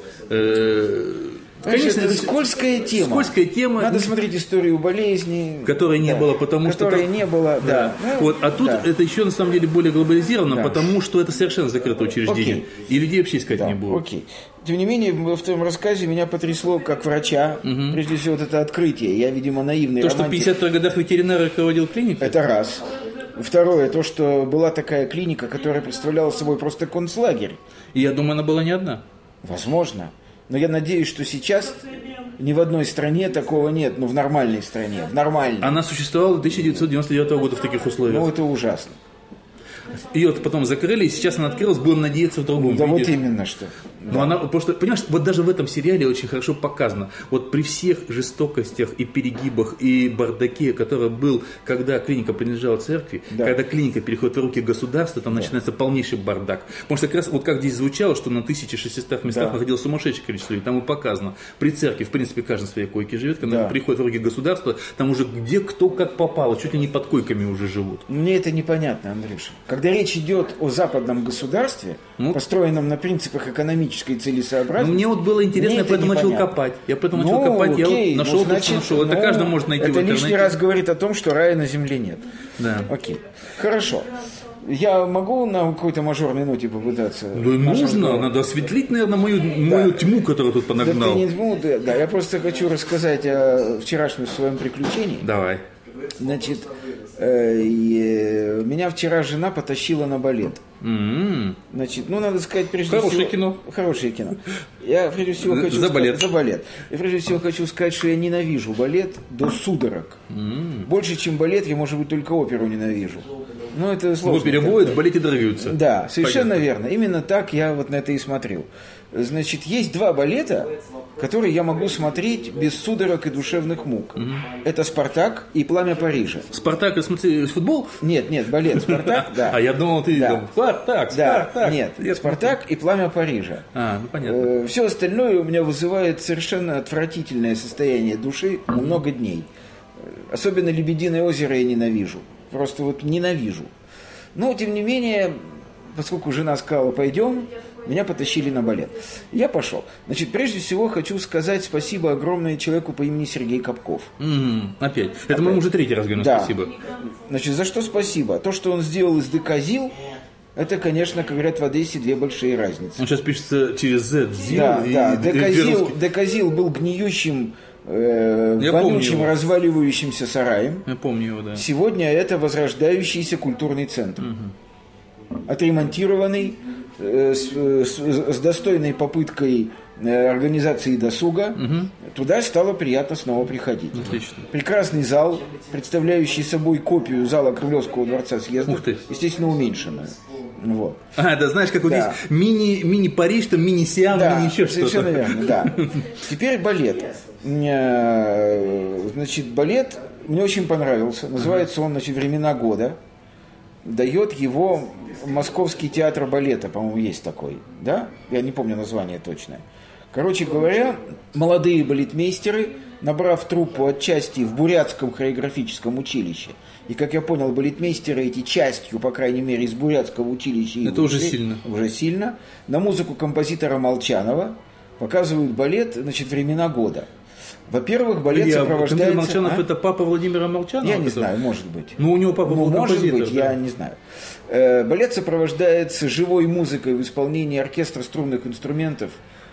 Speaker 2: Конечно, это скользкая тема.
Speaker 1: Скользкая тема.
Speaker 2: Надо смотреть историю болезни.
Speaker 1: Которой не было, потому что...
Speaker 2: Которой не было, да.
Speaker 1: Тут это еще на самом деле более глобализировано, потому что это совершенно закрытое учреждение. И людей вообще искать не будут.
Speaker 2: Окей. Тем не менее, в твоем рассказе меня потрясло, как врача, прежде всего, это открытие. Я, видимо, наивный романтик.
Speaker 1: То, что в 50-х годах ветеринар руководил клиникой?
Speaker 2: Это раз. Второе, то, что была такая клиника, которая представляла собой просто концлагерь.
Speaker 1: И я думаю, она была не одна.
Speaker 2: Возможно. Но я надеюсь, что сейчас ни в одной стране такого нет. Ну, в нормальной стране. В нормальной.
Speaker 1: Она существовала до 1999 года в таких условиях.
Speaker 2: Ну, это ужасно.
Speaker 1: Ее потом закрыли, и сейчас она открылась, будем надеяться в другом
Speaker 2: Да
Speaker 1: виде.
Speaker 2: вот именно что.
Speaker 1: Но она просто, понимаешь, вот даже в этом сериале очень хорошо показано, вот при всех жестокостях и перегибах и бардаке, который был, когда клиника принадлежала церкви, когда клиника переходит в руки государства, там начинается полнейший бардак. Потому что как раз, вот как здесь звучало, что на 1600 местах находилось сумасшедшее количество людей, там и показано. При церкви, в принципе, каждый в своей койке живет, когда приходит в руки государства, там уже где кто как попало, чуть ли не под койками уже живут.
Speaker 2: Мне это непонятно, Андрюша. Когда речь идет о западном государстве, построенном на принципах экономической целесообразности.
Speaker 1: Мне вот было интересно, я поэтому начал копать. Я нашел, нашел. Это каждый может найти в интернете.
Speaker 2: Это лишний раз говорит о том, что рая на земле нет.
Speaker 1: Да.
Speaker 2: Окей. Хорошо. Я могу на какой-то мажорной ноте попытаться?
Speaker 1: Да нужно, надо осветлить, наверное, мою тьму, которую тут понагнал.
Speaker 2: Да, ты не тьму, да, я просто хочу рассказать о вчерашнем своем приключении.
Speaker 1: Давай.
Speaker 2: Значит, меня вчера жена потащила на балет. Значит, надо сказать, прежде всего... Хорошее кино. Я, прежде всего, хочу
Speaker 1: за балет.
Speaker 2: За балет. Я, прежде всего, хочу сказать, что я ненавижу балет до судорог. Больше, чем балет, я, может быть, только оперу ненавижу. Но это сложно.
Speaker 1: В опере будет, в балете дрыгаются.
Speaker 2: Да, совершенно верно. Именно так я вот на это и смотрел. Значит, есть два балета, которые я могу смотреть без судорог и душевных мук. Это «Спартак» и «Пламя Парижа».
Speaker 1: «Спартак» — в смысле футбол?
Speaker 2: Нет, балет «Спартак», да.
Speaker 1: А я думал, ты там «Спартак».
Speaker 2: Нет, «Спартак» и «Пламя Парижа».
Speaker 1: Понятно.
Speaker 2: Все остальное у меня вызывает совершенно отвратительное состояние души на много дней. Особенно «Лебединое озеро» я ненавижу. Просто вот ненавижу. Но, тем не менее, поскольку жена сказала «пойдем», меня потащили на балет. Я пошел. Значит, прежде всего хочу сказать спасибо огромное человеку по имени Сергей Капков.
Speaker 1: Опять. Это мы уже третий раз говорим спасибо.
Speaker 2: Значит, за что спасибо? То, что он сделал из ДК ЗИЛ, это, конечно, как говорят в Одессе, две большие разницы.
Speaker 1: Он сейчас пишется через Z, ЗИЛ.
Speaker 2: Да. ДК ЗИЛ был гниющим, вонючим, разваливающимся сараем.
Speaker 1: Я помню его, да.
Speaker 2: Сегодня это возрождающийся культурный центр. Отремонтированный, с достойной попыткой организации досуга, туда стало приятно снова приходить.
Speaker 1: Отлично.
Speaker 2: Прекрасный зал, представляющий собой копию зала Кремлевского дворца съездов, естественно, уменьшенную. Вот.
Speaker 1: Да, знаешь, как вот здесь мини-Париж, там мини-Сиам, мини-еще что-то.
Speaker 2: Совершенно верно, да. Теперь балет. Значит, балет мне очень понравился. Называется он, «Времена года». Дает его Московский театр балета, по-моему, есть такой, да? Я не помню название точное. Короче говоря, молодые балетмейстеры, набрав труппу отчасти в Бурятском хореографическом училище, и, как я понял, балетмейстеры эти частью, по крайней мере, из Бурятского училища...
Speaker 1: Это уже сильно.
Speaker 2: Уже сильно. На музыку композитора Молчанова показывают балет, «Времена года». Во-первых, балет сопровождается...
Speaker 1: Молчанов это папа Владимира Молчанова?
Speaker 2: Я не знаю, может быть.
Speaker 1: У него папа был композитор.
Speaker 2: Может быть, я не знаю. Балет сопровождается живой музыкой в исполнении оркестра струнных инструментов.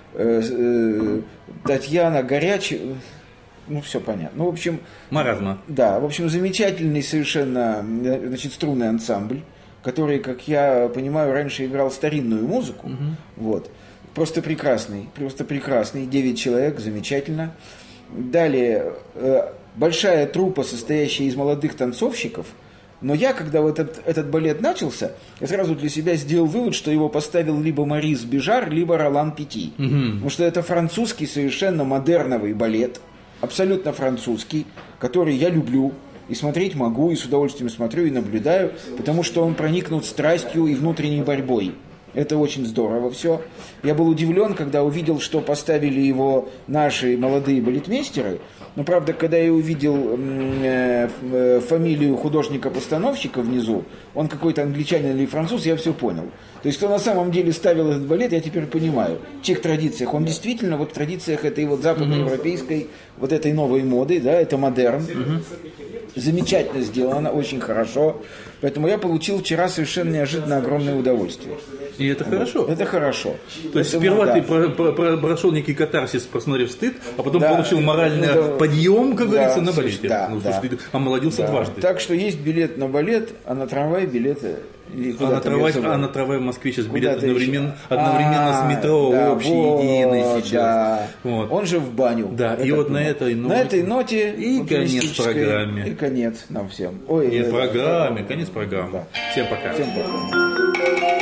Speaker 2: Татьяна Горячая... все понятно. В общем...
Speaker 1: Маразма.
Speaker 2: Да, в общем, замечательный совершенно, струнный ансамбль, который, как я понимаю, раньше играл старинную музыку. Вот. Просто прекрасный. 9 человек, замечательно. Далее, большая труппа, состоящая из молодых танцовщиков. Но я, когда вот этот балет начался, я сразу для себя сделал вывод, что его поставил либо Марис Бежар, либо Ролан Пети. Потому что это французский совершенно модерновый балет, абсолютно французский, который я люблю и смотреть могу, и с удовольствием смотрю и наблюдаю, потому что он проникнут страстью и внутренней борьбой. Это очень здорово все. Я был удивлен, когда увидел, что поставили его наши молодые балетмейстеры. Но, правда, когда я увидел фамилию художника-постановщика внизу, он какой-то англичанин или француз, я все понял. То есть, кто на самом деле ставил этот балет, я теперь понимаю. В чьих традициях? Он действительно в традициях этой западноевропейской, этой новой моды, да, это модерн. Замечательно сделано, очень хорошо. Поэтому я получил вчера совершенно неожиданно огромное удовольствие.
Speaker 1: И это хорошо.
Speaker 2: Это хорошо.
Speaker 1: То есть сперва ты прошел некий катарсис, просмотрев стыд, а потом получил моральный подъем, как говорится, на балете. Слушай, ты омолодился дважды.
Speaker 2: Так что есть билет на балет, а на трамвай билеты...
Speaker 1: А на трамвай в Москве сейчас билет одновременно с метро, общий, единый сейчас.
Speaker 2: Да. Вот. Он же в баню.
Speaker 1: Да, и вот на этой
Speaker 2: ноте
Speaker 1: и конец программе.
Speaker 2: И конец нам всем.
Speaker 1: Конец программы. Да. Всем пока.
Speaker 2: Всем пока.